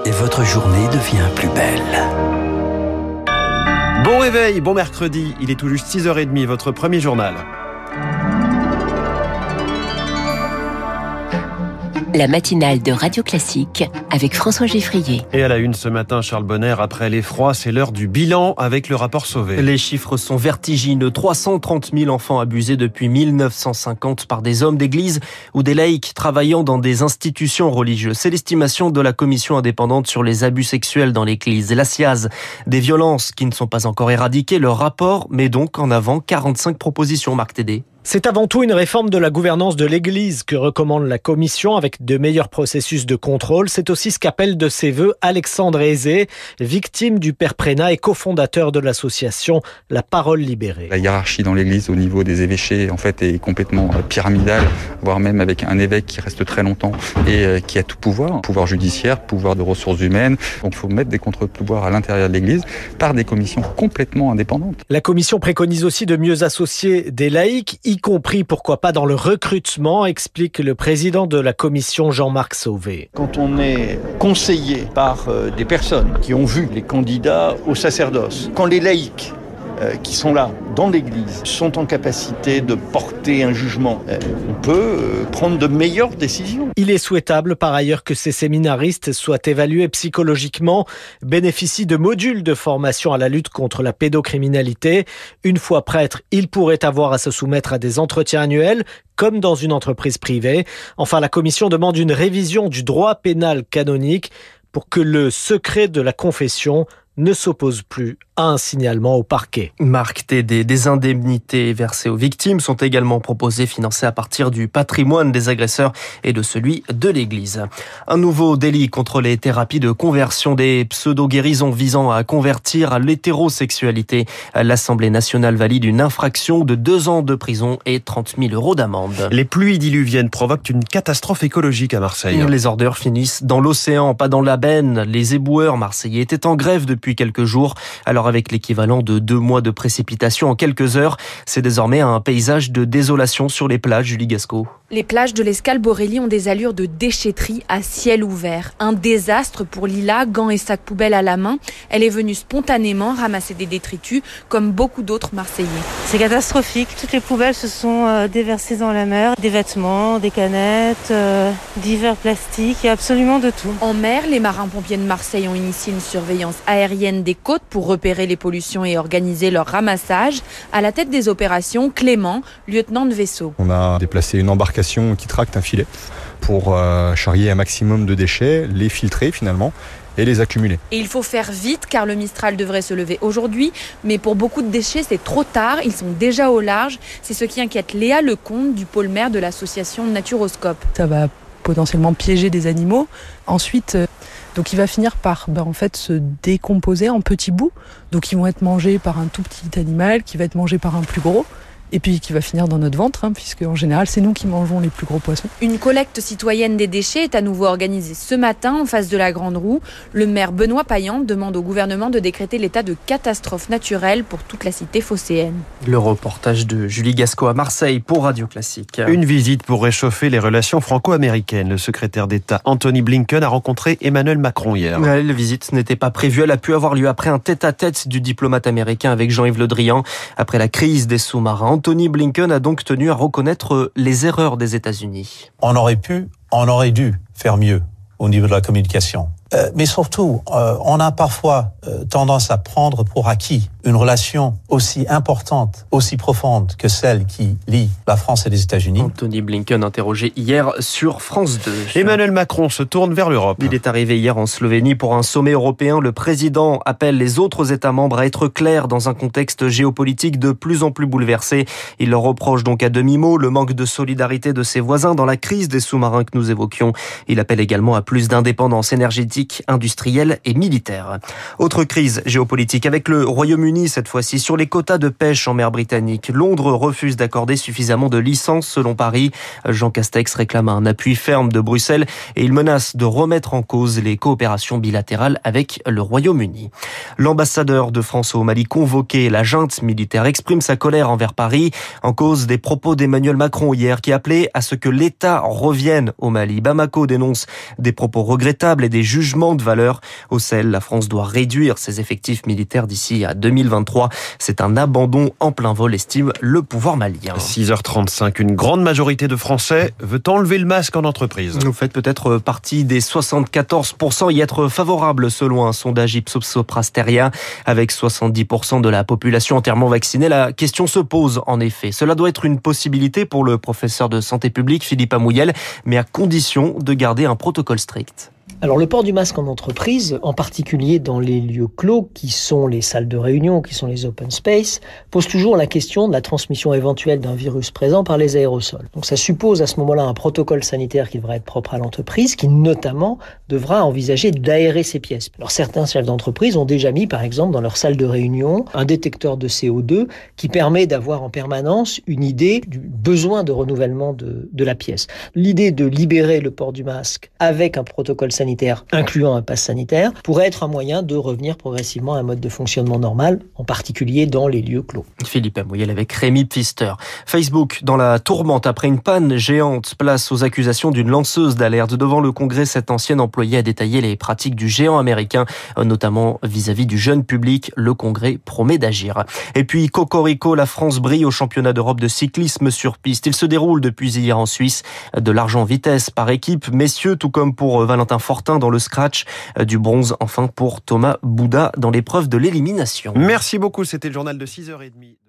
et votre journée devient plus belle. Bon réveil, bon mercredi, il est tout juste 6h30, votre premier journal. La matinale de Radio Classique avec François Geffrier. Et à la une ce matin, Charles Bonner, après l'effroi, c'est l'heure du bilan avec le rapport Sauvé. Les chiffres sont vertigineux. 330 000 enfants abusés depuis 1950 par des hommes d'église ou des laïcs travaillant dans des institutions religieuses. C'est l'estimation de la commission indépendante sur les abus sexuels dans l'église. La SIAZ, des violences qui ne sont pas encore éradiquées. Le rapport met donc en avant 45 propositions, Marc Tédé. C'est avant tout une réforme de la gouvernance de l'Église que recommande la Commission avec de meilleurs processus de contrôle. C'est aussi ce qu'appelle de ses vœux Alexandre Aizé, victime du père Prénat et cofondateur de l'association La Parole Libérée. La hiérarchie dans l'Église au niveau des évêchés en fait est complètement pyramidale, voire même avec un évêque qui reste très longtemps et qui a tout pouvoir judiciaire, pouvoir de ressources humaines. Donc il faut mettre des contre-pouvoirs à l'intérieur de l'Église par des commissions complètement indépendantes. La Commission préconise aussi de mieux associer des laïcs, y compris, pourquoi pas, dans le recrutement, explique le président de la commission Jean-Marc Sauvé. Quand on est conseillé par des personnes qui ont vu les candidats au sacerdoce, quand les laïcs qui sont là, dans l'Église, sont en capacité de porter un jugement, on peut prendre de meilleures décisions. Il est souhaitable par ailleurs que ces séminaristes soient évalués psychologiquement, bénéficient de modules de formation à la lutte contre la pédocriminalité. Une fois prêtres, ils pourraient avoir à se soumettre à des entretiens annuels, comme dans une entreprise privée. Enfin, la commission demande une révision du droit pénal canonique pour que le secret de la confession ne s'oppose plus à un signalement au parquet. Marc Tédé, des indemnités versées aux victimes sont également proposées, financées à partir du patrimoine des agresseurs et de celui de l'Église. Un nouveau délit contre les thérapies de conversion, des pseudo-guérisons visant à convertir à l'hétérosexualité. L'Assemblée nationale valide une infraction de 2 ans de prison et 30 000 € d'amende. Les pluies diluviennes provoquent une catastrophe écologique à Marseille. Les ordures finissent dans l'océan, pas dans la benne. Les éboueurs marseillais étaient en grève depuis quelques jours. Alors avec l'équivalent de 2 mois de précipitations en quelques heures, c'est désormais un paysage de désolation sur les plages, Julie Gasco. Les plages de l'Escale Borély ont des allures de déchetterie à ciel ouvert. Un désastre pour Lila, gants et sacs poubelles à la main. Elle est venue spontanément ramasser des détritus, comme beaucoup d'autres Marseillais. C'est catastrophique. Toutes les poubelles se sont déversées dans la mer. Des vêtements, des canettes, divers plastiques, il y a absolument de tout. En mer, les marins-pompiers de Marseille ont initié une surveillance aérienne des côtes pour repérer les pollutions et organiser leur ramassage. À la tête des opérations, Clément, lieutenant de vaisseau. On a déplacé une embarcation qui tracte un filet pour charrier un maximum de déchets, les filtrer finalement et les accumuler. Et il faut faire vite car le Mistral devrait se lever aujourd'hui, mais pour beaucoup de déchets c'est trop tard, ils sont déjà au large. C'est ce qui inquiète Léa Lecomte du pôle mer de l'association Naturoscope. Ça va potentiellement piéger des animaux. Ensuite, donc il va finir par se décomposer en petits bouts. Donc ils vont être mangés par un tout petit animal qui va être mangé par un plus gros. Et puis qui va finir dans notre ventre, puisque en général, c'est nous qui mangeons les plus gros poissons. Une collecte citoyenne des déchets est à nouveau organisée ce matin en face de la Grande Roue. Le maire Benoît Payan demande au gouvernement de décréter l'état de catastrophe naturelle pour toute la cité phocéenne. Le reportage de Julie Gasco à Marseille pour Radio Classique. Une visite pour réchauffer les relations franco-américaines. Le secrétaire d'État Anthony Blinken a rencontré Emmanuel Macron hier. La visite n'était pas prévue. Elle a pu avoir lieu après un tête-à-tête du diplomate américain avec Jean-Yves Le Drian. Après la crise des sous-marins, Anthony Blinken a donc tenu à reconnaître les erreurs des États-Unis. On aurait dû faire mieux au niveau de la communication. Mais surtout, on a parfois tendance à prendre pour acquis une relation aussi importante, aussi profonde que celle qui lie la France et les États-Unis. Anthony Blinken interrogé hier sur France 2. Emmanuel Macron se tourne vers l'Europe. Il est arrivé hier en Slovénie pour un sommet européen. Le président appelle les autres États membres à être clairs dans un contexte géopolitique de plus en plus bouleversé. Il leur reproche donc à demi-mot le manque de solidarité de ses voisins dans la crise des sous-marins que nous évoquions. Il appelle également à plus d'indépendance énergétique, industrielle et militaire. Autre crise géopolitique avec le Royaume-Uni, cette fois-ci sur les quotas de pêche en mer Britannique. Londres refuse d'accorder suffisamment de licences selon Paris. Jean Castex réclame un appui ferme de Bruxelles et il menace de remettre en cause les coopérations bilatérales avec le Royaume-Uni. L'ambassadeur de France au Mali convoqué, la junte militaire exprime sa colère envers Paris en cause des propos d'Emmanuel Macron hier qui appelait à ce que l'État revienne au Mali. Bamako dénonce des propos regrettables et des jugements jugement de valeur. Au Sahel, la France doit réduire ses effectifs militaires d'ici à 2023. C'est un abandon en plein vol, estime le pouvoir malien. 6h35, une grande majorité de Français veut enlever le masque en entreprise. Vous faites peut-être partie des 74% y être favorables selon un sondage Ipsos-Soprasteria. Avec 70% de la population entièrement vaccinée, la question se pose en effet. Cela doit être une possibilité pour le professeur de santé publique Philippe Amouyel, mais à condition de garder un protocole strict. Alors le port du masque en entreprise, en particulier dans les lieux clos, qui sont les salles de réunion, qui sont les open space, pose toujours la question de la transmission éventuelle d'un virus présent par les aérosols. Donc ça suppose à ce moment-là un protocole sanitaire qui devra être propre à l'entreprise, qui notamment devra envisager d'aérer ses pièces. Alors certains chefs d'entreprise ont déjà mis, par exemple, dans leur salle de réunion, un détecteur de CO2 qui permet d'avoir en permanence une idée du besoin de renouvellement de la pièce. L'idée de libérer le port du masque avec un protocole sanitaire incluant un pass sanitaire pourrait être un moyen de revenir progressivement à un mode de fonctionnement normal, en particulier dans les lieux clos. Philippe Amouyel avec Rémi Pfister. Facebook dans la tourmente après une panne géante, place aux accusations d'une lanceuse d'alerte. Devant le Congrès, cette ancienne employée a détaillé les pratiques du géant américain, notamment vis-à-vis du jeune public. Le Congrès promet d'agir. Et puis Cocorico, la France brille au championnat d'Europe de cyclisme sur piste. Il se déroule depuis hier en Suisse. De l'argent vitesse par équipe, messieurs, tout comme pour Valentin Fortin dans le scratch, du bronze enfin pour Thomas Bouda dans l'épreuve de l'élimination. Merci beaucoup, c'était le journal de 6h30.